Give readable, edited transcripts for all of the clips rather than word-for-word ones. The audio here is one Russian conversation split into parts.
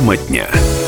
Тема дня.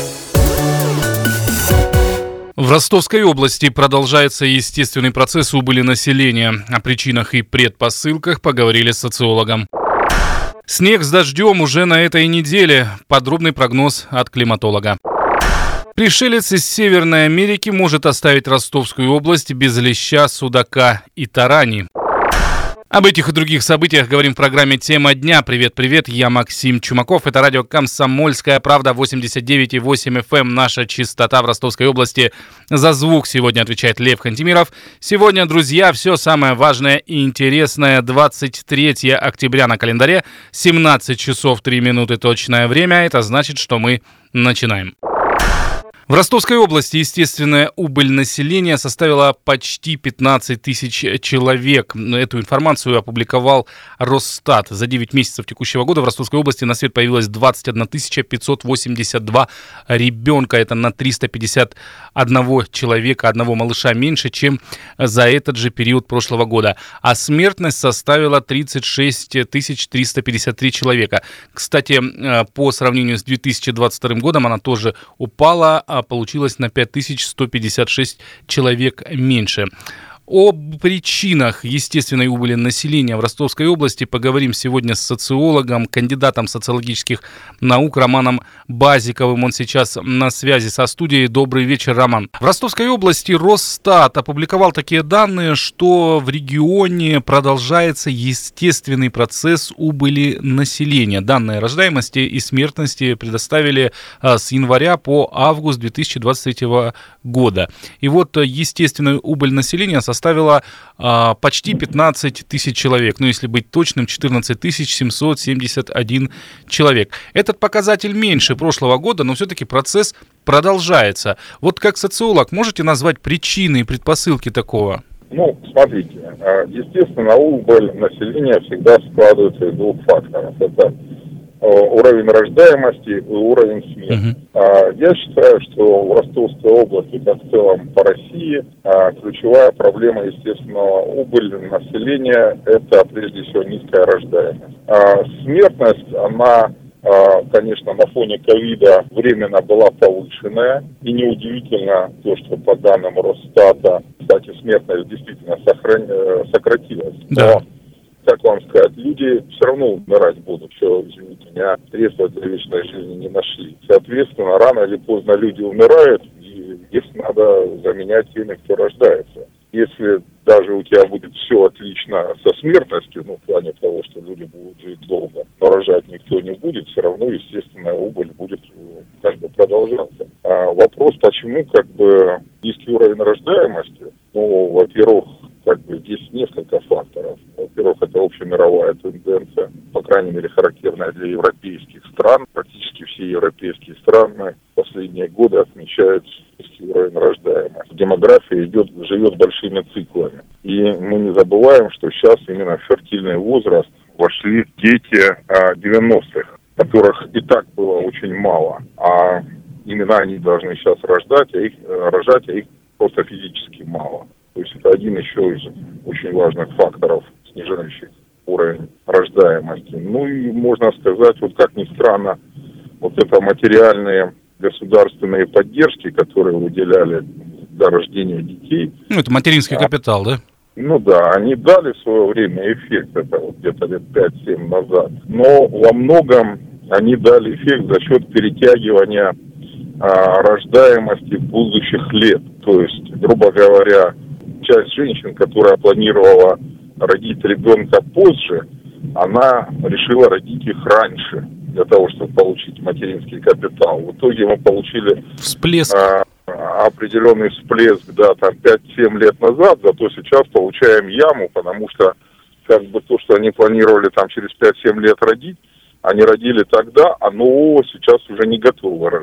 В Ростовской области продолжается естественный процесс убыли населения. О причинах и предпосылках поговорили с социологом. Снег с дождем уже на этой неделе. Подробный прогноз от климатолога. Пришелец из Северной Америки может оставить Ростовскую область без леща, судака и тарани. Об этих и других событиях говорим в программе «Тема дня». Привет, я Максим Чумаков. Это радио «Комсомольская правда», 89,8 FM. Наша частота в Ростовской области. За звук сегодня отвечает Лев Хантимиров. Сегодня, друзья, все самое важное и интересное. 23 октября на календаре, 17 часов 3 минуты точное время. Это значит, что мы начинаем. В Ростовской области естественная убыль населения составила почти 15 тысяч человек. Эту информацию опубликовал Росстат. За 9 месяцев текущего года в Ростовской области на свет появилось 21 582 ребенка. Это на 351 человека, одного малыша меньше, чем за этот же период прошлого года. А смертность составила 36 353 человека. Кстати, по сравнению с 2022 годом она тоже упала, получилось на 5156 человек меньше. О причинах естественной убыли населения в Ростовской области поговорим сегодня с социологом, кандидатом социологических наук Романом Базиковым. Он сейчас на связи со студией. Добрый вечер, Роман. В Ростовской области Росстат опубликовал такие данные, что в регионе продолжается естественный процесс убыли населения. Данные рождаемости и смертности предоставили с января по август 2023 года. И вот естественную убыль населения составила почти 15 тысяч человек. Ну, если быть точным, 14 771 человек. Этот показатель меньше прошлого года, но все-таки процесс продолжается. Вот как социолог, можете назвать причины и предпосылки такого? Ну, смотрите, естественно, убыль населения всегда складывается из двух факторов. Это уровень рождаемости и уровень смерти. Я считаю, что в Ростовской области, как в целом по России, ключевая проблема естественного убыли населения – это прежде всего низкая рождаемость. Смертность, она, конечно, на фоне ковида временно была повышенная, и неудивительно то, что по данным Росстата, кстати, смертность действительно сократилась. Да. Но, как вам сказать, люди все равно умирать будут. Все, извините меня, средства для вечной жизни не нашли. Соответственно, рано или поздно люди умирают, и их надо заменять теми, кто рождается. Если даже у тебя будет все отлично со смертностью, в плане того, что люди будут жить долго, но рожать никто не будет, все равно естественная убыль будет продолжаться. Вопрос, почему низкий уровень рождаемости? Во-первых, здесь несколько факторов. Во-первых, это общемировая тенденция, по крайней мере, характерная для европейских стран. Практически все европейские страны в последние годы отмечают низкий уровень рождаемости. Демография живет большими циклами. И мы не забываем, что сейчас именно в фертильный возраст вошли дети 90-х, которых и так было очень мало. А именно они должны сейчас рожать, а их просто физически мало. То есть это один еще из очень важных факторов, снижающих уровень рождаемости. И можно сказать, как ни странно, это материальные государственные поддержки, которые выделяли для рождения детей. Это материнский капитал, да? Они дали в свое время эффект, это где-то лет 5-7 назад. Но во многом они дали эффект за счет перетягивания рождаемости будущих лет. То есть, грубо говоря, часть женщин, которая планировала родить ребенка позже, она решила родить их раньше, для того, чтобы получить материнский капитал. В итоге мы получили всплеск. Определенный всплеск, 5-7 лет назад, зато сейчас получаем яму, потому что то, что они планировали через 5-7 лет родить, они родили тогда, оно сейчас уже не готово рожать.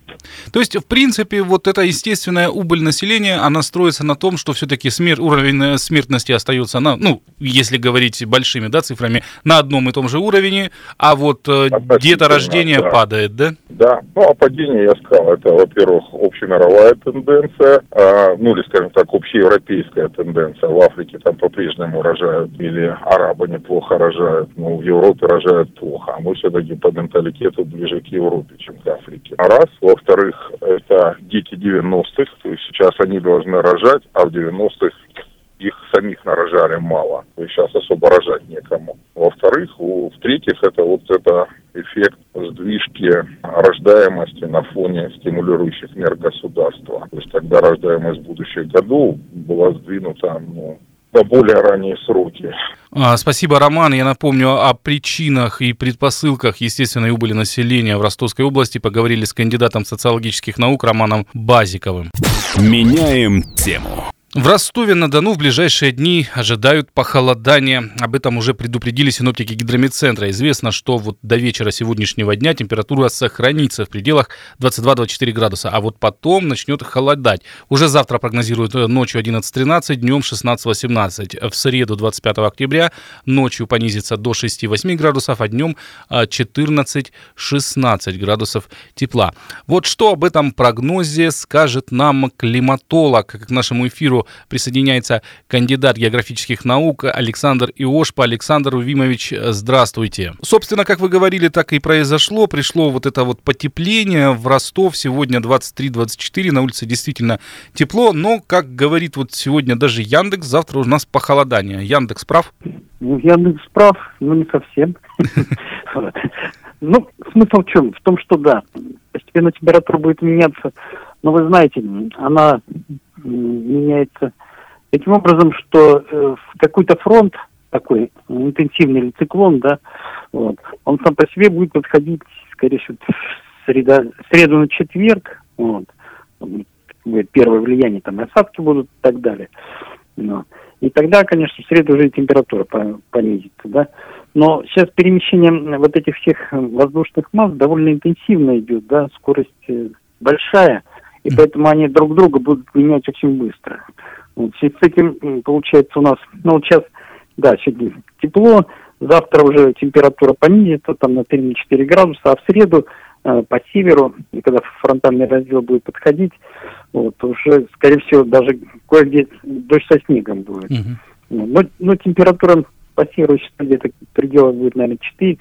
То есть, в принципе, вот эта естественная убыль населения, она строится на том, что все-таки уровень смертности остается, если говорить большими, да, цифрами, на одном и том же уровне, а вот деторождение падает, да? Да, а падение, я сказал, это, во-первых, общемировая тенденция, или, скажем так, общеевропейская тенденция. В Африке там по-прежнему рожают, или арабы неплохо рожают, в Европе рожают плохо, а мы все-таки по менталитету ближе к Европе, чем к Африке. Раз. Во-вторых, это дети 90-х, то есть сейчас они должны рожать, а в 90-х их самих нарожали мало, то есть сейчас особо рожать некому. Во-вторых, в-третьих, это эффект сдвижки рождаемости на фоне стимулирующих мер государства. То есть когда рождаемость в будущих годов была сдвинута на более ранние сроки. Спасибо, Роман. Я напомню, о причинах и предпосылках естественной убыли населения в Ростовской области поговорили с кандидатом социологических наук Романом Базиковым. Меняем тему. В Ростове-на-Дону в ближайшие дни ожидают похолодания. Об этом уже предупредили синоптики гидрометцентра. Известно, что вот до вечера сегодняшнего дня температура сохранится в пределах 22-24 градуса, а вот потом начнет холодать. Уже завтра прогнозируют ночью 11-13, днем 16-18. В среду 25 октября ночью понизится до 6-8 градусов, а днем 14-16 градусов тепла. Вот что об этом прогнозе скажет нам климатолог. К нашему эфиру присоединяется кандидат географических наук Александр Иошпа. Александр Увимович, здравствуйте. Собственно, как вы говорили, так и произошло. Пришло вот это вот потепление в Ростов. Сегодня 23-24, на улице действительно тепло. Но, как говорит вот сегодня даже Яндекс, завтра у нас похолодание. Яндекс прав? Яндекс прав, но не совсем. Смысл в чем? В том, что да, постепенно температура будет меняться. Но вы знаете, она меняется таким образом, что в какой-то фронт, такой интенсивный или циклон, да, он сам по себе будет подходить, скорее всего, в среду на четверг, будет первое влияние, там осадки будут и так далее. И тогда, конечно, в среду уже температура понизится, да. Но сейчас перемещение вот этих всех воздушных масс довольно интенсивно идет, да, скорость большая. И поэтому они друг друга будут менять очень быстро. Вот, с этим получается у нас, сейчас, да, сегодня тепло, завтра уже температура понизится там на 3-4 градуса, а в среду по северу, и когда фронтальный раздел будет подходить, уже, скорее всего, даже кое-где дождь со снегом будет. Но температура по северу сейчас где-то в пределах будет, наверное,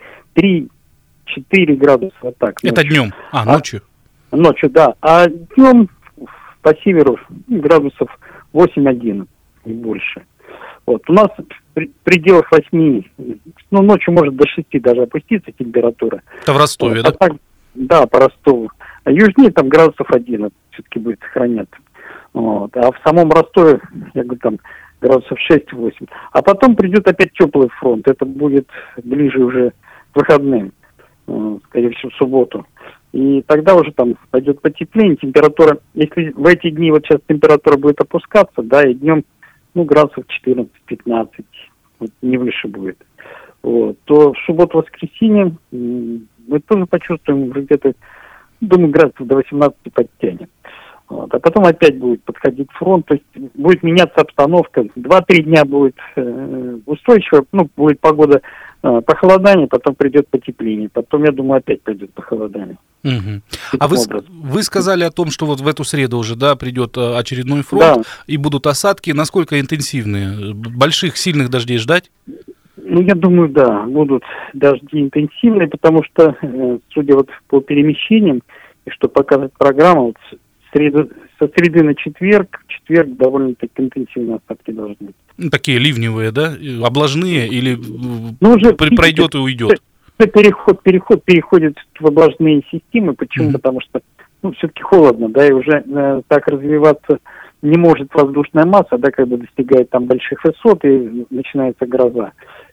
3-4 градуса, вот так. Это днем, ночью? Ночью, да. А днем по северу градусов 8-11 и больше. У нас в пределах 8, ночью может до 6 даже опуститься температура. Это в Ростове, да? Так, да, по Ростову. А южнее там градусов 11 все-таки будет сохраняться. А в самом Ростове, я говорю, там градусов 6-8. А потом придет опять теплый фронт. Это будет ближе уже к выходным, скорее всего, в субботу. И тогда уже там пойдет потепление, температура, если в эти дни вот сейчас температура будет опускаться, да, и днем, градусов 14-15, не выше будет, то в субботу-воскресенье мы тоже почувствуем где-то, думаю, градусов до 18 подтянет. А потом опять будет подходить фронт, то есть будет меняться обстановка, 2-3 дня будет устойчиво, будет погода похолодание, потом придет потепление, потом, я думаю, опять пойдет похолодание. А вы сказали о том, что вот в эту среду уже, да, придет очередной фронт, да, и будут осадки. Насколько интенсивные? Больших, сильных дождей ждать? Я думаю, да, будут дожди интенсивные, потому что, судя по перемещениям, и что показывает программа, со среды на четверг довольно-таки интенсивные осадки должны быть. Такие ливневые, да? Облажные или уже пройдет и уйдет? Переход переходит в облажные системы. Почему? Потому что все-таки холодно, да, и уже так развиваться не может воздушная масса, да, когда достигает там больших высот и начинается гроза.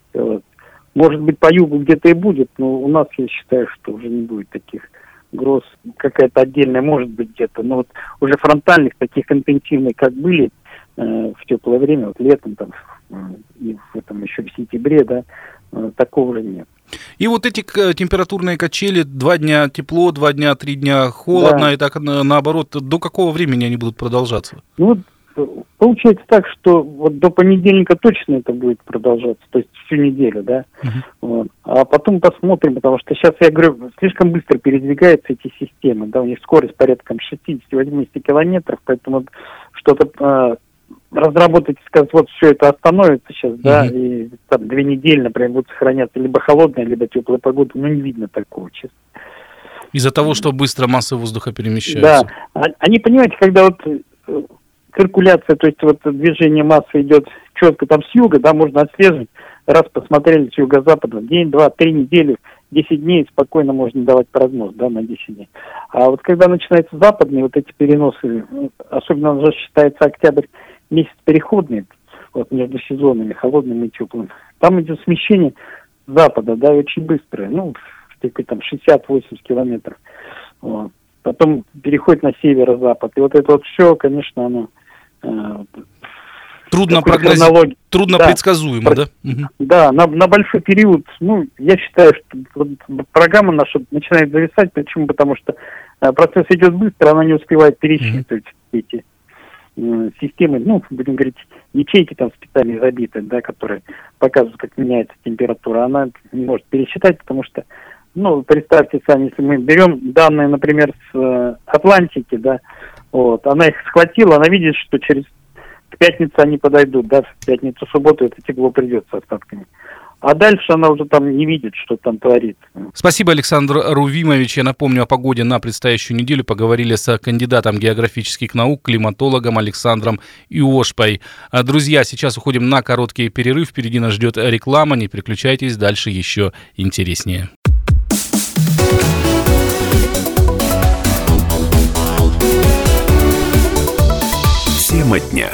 Может быть, по югу где-то и будет, но у нас, я считаю, что уже не будет таких гроз. Какая-то отдельная может быть где-то, но уже фронтальных, таких интенсивных, как были в теплое время, летом, там, и в этом еще в сентябре, да, такого же нет. И вот эти температурные качели, 2 дня тепло, 2 дня, 3 дня холодно, и так наоборот, до какого времени они будут продолжаться? Ну, получается так, что вот до понедельника точно это будет продолжаться, то есть всю неделю, да. Вот. А потом посмотрим, потому что сейчас, я говорю, слишком быстро передвигаются эти системы, да, у них скорость порядка 60-80 километров, поэтому что-то разработать, сказать, вот все это остановится сейчас, да, и там 2 недели, например, будут сохраняться либо холодная, либо теплая погода, ну, не видно такого, честно. Из-за того, что быстро массы воздуха перемещаются. Да, они, понимаете, когда вот циркуляция, то есть вот движение массы идет четко там с юга, да, можно отслеживать, раз посмотрели с юго-запада, день, 2, 3 недели, 10 дней спокойно можно давать прогноз, да, на 10 дней. А вот когда начинаются западные вот эти переносы, особенно уже считается октябрь, месяц переходный, вот между сезонами, холодным и теплым, там идет смещение запада, да, очень быстрое, ну, там 60-80 километров. Вот. Потом переходит на северо-запад. И вот это вот все, конечно, оно... Трудно прогнозировать, трудно предсказуемо, да? Да, на большой период, ну, я считаю, что вот программа наша начинает зависать. Почему? Потому что процесс идет быстро, она не успевает пересчитывать эти системы, ну, будем говорить, ячейки там специально забиты, да, которые показывают, как меняется температура. Она не может пересчитать, потому что, ну, представьте сами, если мы берем данные, например, с Атлантики, да, вот, она их схватила, она видит, что к пятнице они подойдут, да, в пятницу, субботу это тепло придет с остатками. А дальше она уже там не видит, что там творится. Спасибо, Александр Рувимович. Я напомню о погоде на предстоящую неделю. Поговорили с кандидатом географических наук, климатологом Александром Иошпой. Друзья, сейчас уходим на короткий перерыв. Впереди нас ждет реклама. Не переключайтесь, дальше еще интереснее. Тема дня.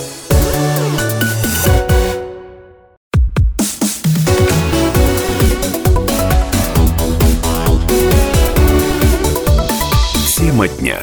Тема дня.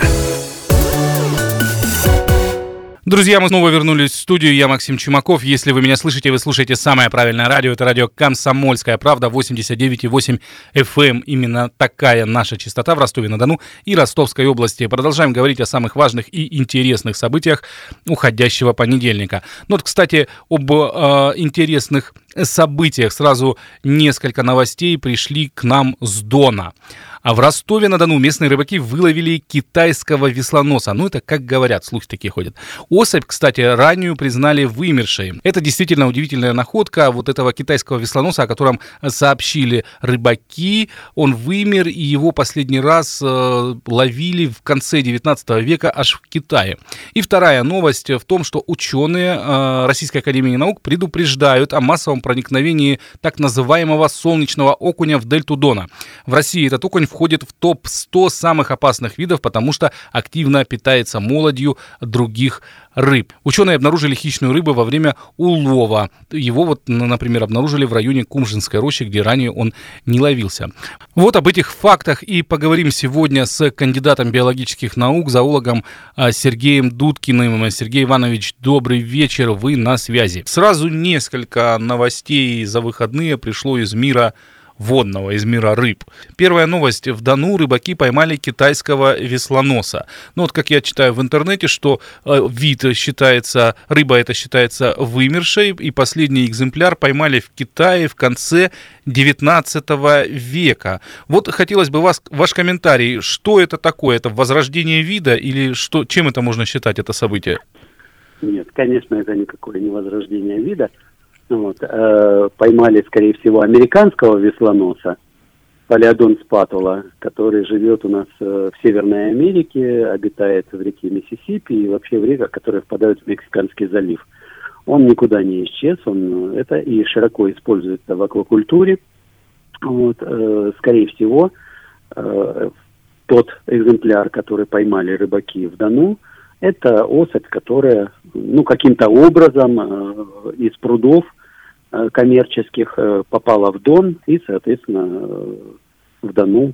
Друзья, мы снова вернулись в студию. Я Максим Чумаков. Если вы меня слышите, вы слушаете самое правильное радио. Это радио «Комсомольская правда», 89,8 FM. Именно такая наша частота в Ростове-на-Дону и Ростовской области. Продолжаем говорить о самых важных и интересных событиях уходящего понедельника. Ну вот, кстати, об интересных событиях. Сразу несколько новостей пришли к нам с Дона. А в Ростове-на-Дону местные рыбаки выловили китайского веслоноса. Ну, это как говорят, слухи такие ходят. Особь, кстати, раннюю признали вымершей. Это действительно удивительная находка вот этого китайского веслоноса, о котором сообщили рыбаки. Он вымер, и его последний раз ловили в конце 19 века аж в Китае. И вторая новость в том, что ученые Российской академии наук предупреждают о массовом проникновении так называемого солнечного окуня в дельту Дона. В России этот окунь входит в топ-100 самых опасных видов, потому что активно питается молодью других рыб. Ученые обнаружили хищную рыбу во время улова. Его вот, например, обнаружили в районе Кумжинской рощи, где ранее он не ловился. Вот об этих фактах и поговорим сегодня с кандидатом биологических наук, зоологом Сергеем Дудкиным. Сергей Иванович, добрый вечер, вы на связи. Сразу несколько новостей за выходные пришло из мира водного, из мира рыб. Первая новость. В Дону рыбаки поймали китайского веслоноса. Ну вот как я читаю в интернете, что рыба эта считается вымершей, и последний экземпляр поймали в Китае в конце 19 века. Вот хотелось бы ваш комментарий. Что это такое? Это возрождение вида или что, чем это можно считать, это событие? Нет, конечно, это никакое не возрождение вида. Вот. Поймали, скорее всего, американского веслоноса, Палеодон спатула, который живет у нас в Северной Америке, обитает в реке Миссисипи и вообще в реках, которые впадают в Мексиканский залив. Он никуда не исчез, он это и широко используется в аквакультуре. Вот. Скорее всего, тот экземпляр, который поймали рыбаки в Дону, это особь, которая каким-то образом из прудов коммерческих попала в Дон и, соответственно, в Дону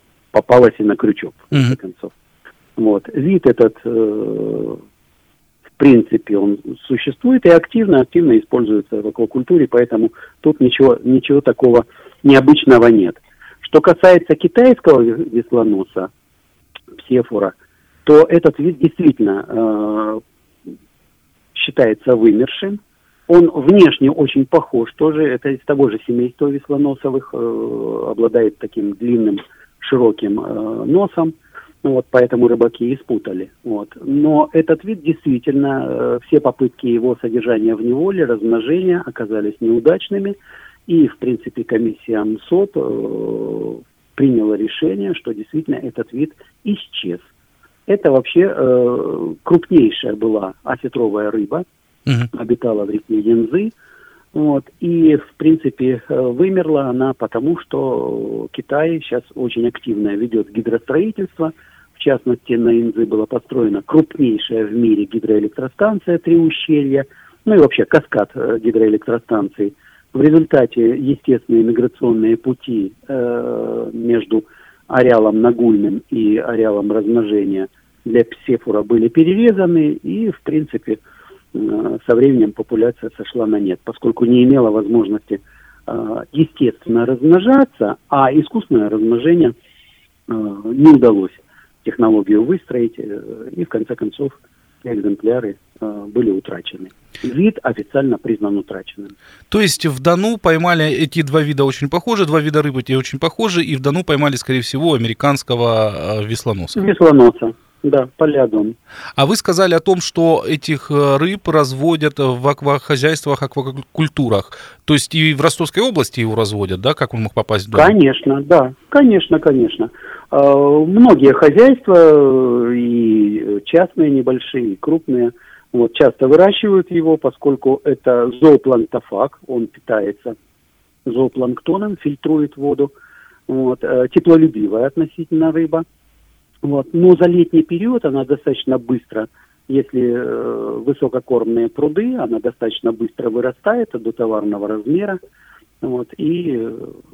попалась и на крючок, в конце концов. Вот. Вид этот в принципе, он существует и активно используется в аквакультуре, поэтому тут ничего такого необычного нет. Что касается китайского веслоноса, псефора, то этот вид действительно считается вымершим. Он внешне очень похож тоже, это из того же семейства веслоносовых, обладает таким длинным, широким носом, вот, поэтому рыбаки и спутали. Вот. Но этот вид действительно, все попытки его содержания в неволе, размножения оказались неудачными, и, в принципе, комиссия МСОТ приняла решение, что действительно этот вид исчез. Это вообще крупнейшая была осетровая рыба, обитала в реке Янзы, вот, и, в принципе, вымерла она потому, что Китай сейчас очень активно ведет гидростроительство. В частности, на Янзы была построена крупнейшая в мире гидроэлектростанция «Три ущелья», ну и вообще каскад гидроэлектростанций. В результате естественные миграционные пути между ареалом нагульным и ареалом размножения для псефора были перерезаны, и, в принципе, со временем популяция сошла на нет, поскольку не имела возможности естественно размножаться, а искусственное размножение не удалось технологию выстроить, и, в конце концов, экземпляры были утрачены. Вид официально признан утраченным. То есть в Дону поймали эти два вида очень похожи, два вида рыбы те очень похожи, и в Дону поймали, скорее всего, американского веслоноса. Веслоноса, да, палеодон. А вы сказали о том, что этих рыб разводят в аквахозяйствах, аквакультурах. То есть и в Ростовской области его разводят, да? Как он мог попасть в Дон? Конечно, да, конечно. Многие хозяйства, и частные, небольшие, и крупные, вот, часто выращивают его, поскольку это зоопланктофаг, он питается зоопланктоном, фильтрует воду, вот, теплолюбивая относительно рыба. Вот, но за летний период она достаточно быстро, если высококормные пруды, она достаточно быстро вырастает до товарного размера, вот, и...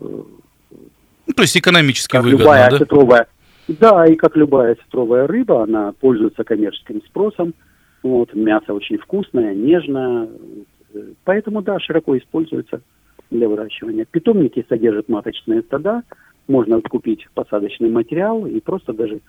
то есть экономически выгодно, любая да? осетровая, да, и как любая осетровая рыба, она пользуется коммерческим спросом. Вот, мясо очень вкусное, нежное, поэтому, да, широко используется для выращивания. Питомники содержат маточные стада, можно купить посадочный материал и просто даже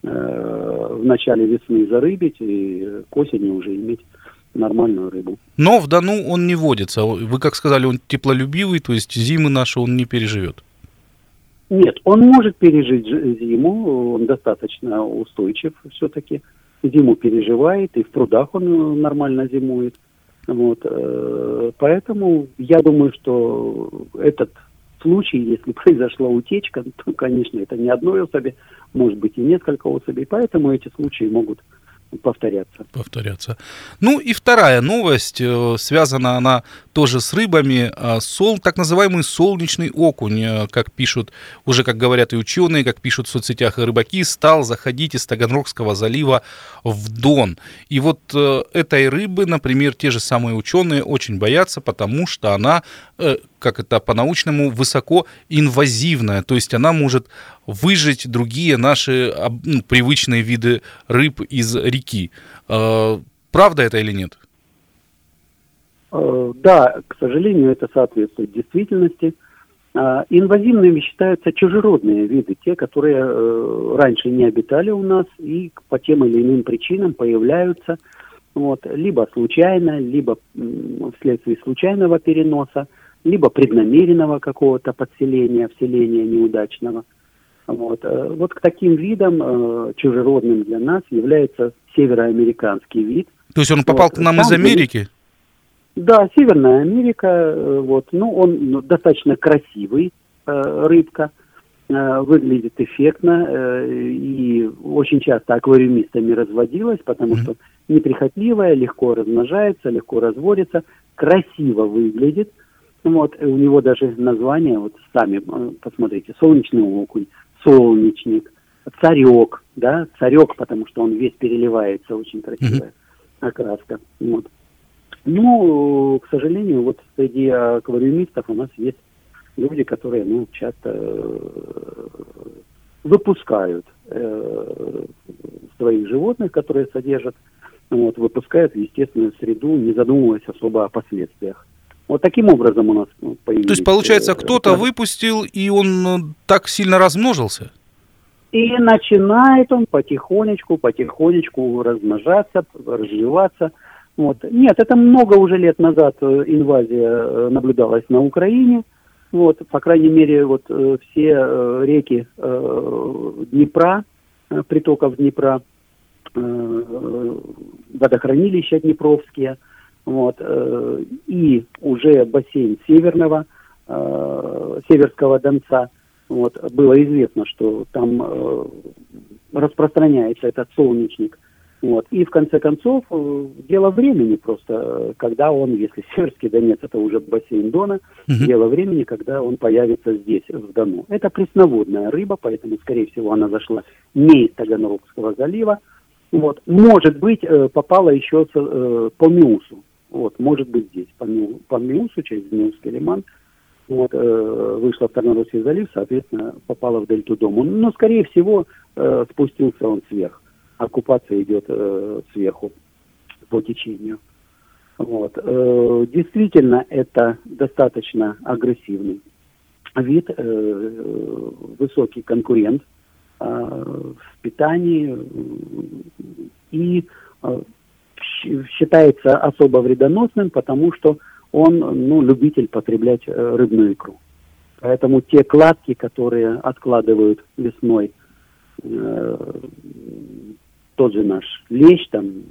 в начале весны зарыбить и к осени уже иметь нормальную рыбу. Но в Дону он не водится. Вы как сказали, он теплолюбивый, то есть зимы наши он не переживет. Нет, он может пережить зиму, он достаточно устойчив все-таки. Зиму переживает, и в прудах он нормально зимует. Вот. Поэтому я думаю, что этот случай, если произошла утечка, то, конечно, это не одной особи, может быть и несколько особей, поэтому эти случаи могут повторяться. Ну и вторая новость, связана она тоже с рыбами, так называемый солнечный окунь, как пишут, уже как говорят и ученые, как пишут в соцсетях и рыбаки, стал заходить из Таганрогского залива в Дон. И вот этой рыбы, например, те же самые ученые очень боятся, потому что она, как это по-научному, высоко инвазивная, то есть она может выжить другие наши привычные виды рыб из реки. Правда это или нет? Да, к сожалению, это соответствует действительности. Инвазивными считаются чужеродные виды, те, которые раньше не обитали у нас и по тем или иным причинам появляются вот, либо случайно, либо вследствие случайного переноса, либо преднамеренного какого-то подселения, вселения неудачного. Вот к таким видам, чужеродным для нас, является североамериканский вид. То есть он попал к нам из Америки? Да, Северная Америка, он достаточно красивый, рыбка, выглядит эффектно и очень часто аквариумистами разводилась, потому что неприхотливая, легко размножается, легко разводится, красиво выглядит. Вот, у него даже название, вот сами посмотрите, солнечный окунь, солнечник, царек, да, царек, потому что он весь переливается, очень красивая окраска. Вот. К сожалению, вот среди аквариумистов у нас есть люди, которые, часто выпускают своих животных, которые содержат выпускают в естественную среду, не задумываясь особо о последствиях. Вот таким образом у нас появились... То есть, получается, кто-то выпустил, и он так сильно размножился? И начинает он потихонечку размножаться, развиваться. Нет, это много уже лет назад инвазия наблюдалась на Украине. По крайней мере, все реки Днепра, притоков Днепра, водохранилища днепровские, и уже бассейн Северского Донца, было известно, что там распространяется этот солнечник. И в конце концов, дело времени просто, когда он, если Северский Донец, это уже бассейн Дона, дело времени, когда он появится здесь, в Дону. Это пресноводная рыба, поэтому, скорее всего, она зашла не из Таганрогского залива. Может быть, попала еще по Миусу. Может быть, здесь, по Миусу, через Миусский лиман. Вышла в Таганрогский залив, соответственно, попала в дельту Дона. Но, скорее всего, спустился он сверху. Оккупация идет сверху по течению. Действительно, это достаточно агрессивный вид, высокий конкурент в питании и считается особо вредоносным, потому что он любитель потреблять рыбную икру. Поэтому те кладки, которые откладывают весной, тот же наш лещ,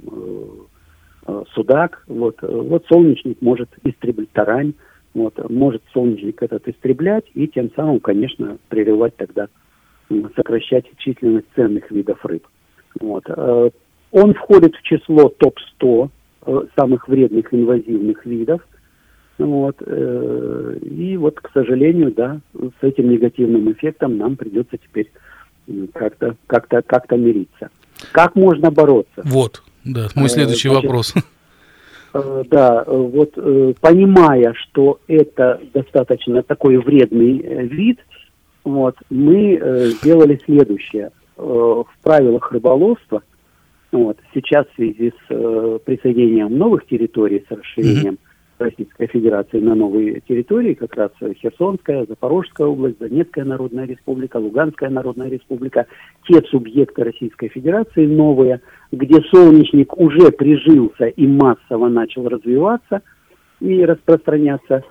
судак, солнечник может истреблять, тарань, может солнечник этот истреблять и тем самым, конечно, прерывать тогда, сокращать численность ценных видов рыб. Он входит в число топ-100 самых вредных инвазивных видов. И к сожалению, с этим негативным эффектом нам придется теперь как-то мириться. Как можно бороться? Мой следующий вопрос. Понимая, что это достаточно такой вредный вид, мы сделали следующее. В правилах рыболовства, сейчас в связи с присоединением новых территорий, с расширением Российской Федерации на новые территории, как раз Херсонская, Запорожская область, Донецкая Народная Республика, Луганская Народная Республика, те субъекты Российской Федерации новые, где солнечник уже прижился и массово начал развиваться и распространяться,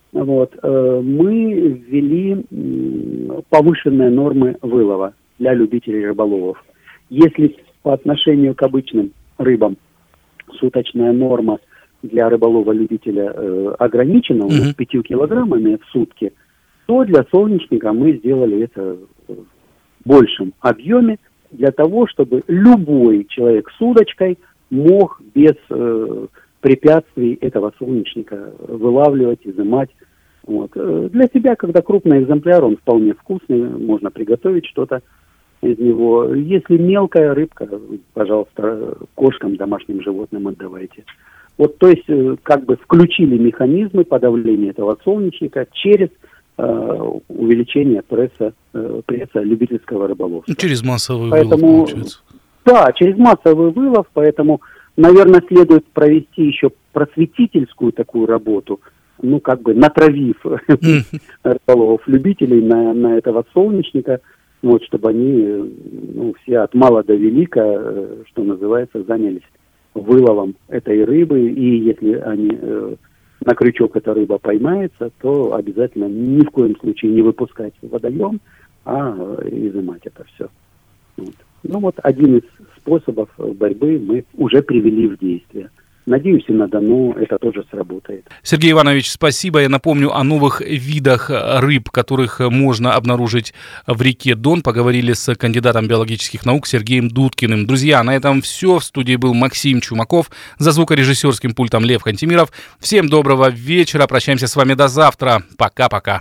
мы ввели повышенные нормы вылова для любителей рыболовов. Если по отношению к обычным рыбам суточная норма для рыболова-любителя ограничена 5 килограммами в сутки, то для солнечника мы сделали это в большем объеме для того, чтобы любой человек с удочкой мог без препятствий этого солнечника вылавливать, изымать. Для себя, когда крупный экземпляр, он вполне вкусный, можно приготовить что-то из него. Если мелкая рыбка, пожалуйста, кошкам, домашним животным отдавайте. То есть, включили механизмы подавления этого солнечника через увеличение пресса любительского рыболовства. Через массовый вылов, получается. Да, через массовый вылов, поэтому, наверное, следует провести еще просветительскую такую работу, натравив рыболовов-любителей на этого солнечника, чтобы они все от мала до велика, что называется, занялись выловом этой рыбы, и если на крючок эта рыба поймается, то обязательно ни в коем случае не выпускать в водоем, а изымать это все. Один из способов борьбы мы уже привели в действие. Надеюсь, и на Дону это тоже сработает. Сергей Иванович, спасибо. Я напомню о новых видах рыб, которых можно обнаружить в реке Дон. Поговорили с кандидатом биологических наук Сергеем Дудкиным. Друзья, на этом все. В студии был Максим Чумаков. За звукорежиссерским пультом Лев Хантимиров. Всем доброго вечера. Прощаемся с вами до завтра. Пока-пока.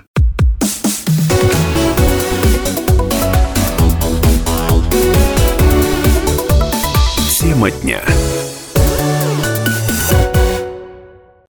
Тема дня.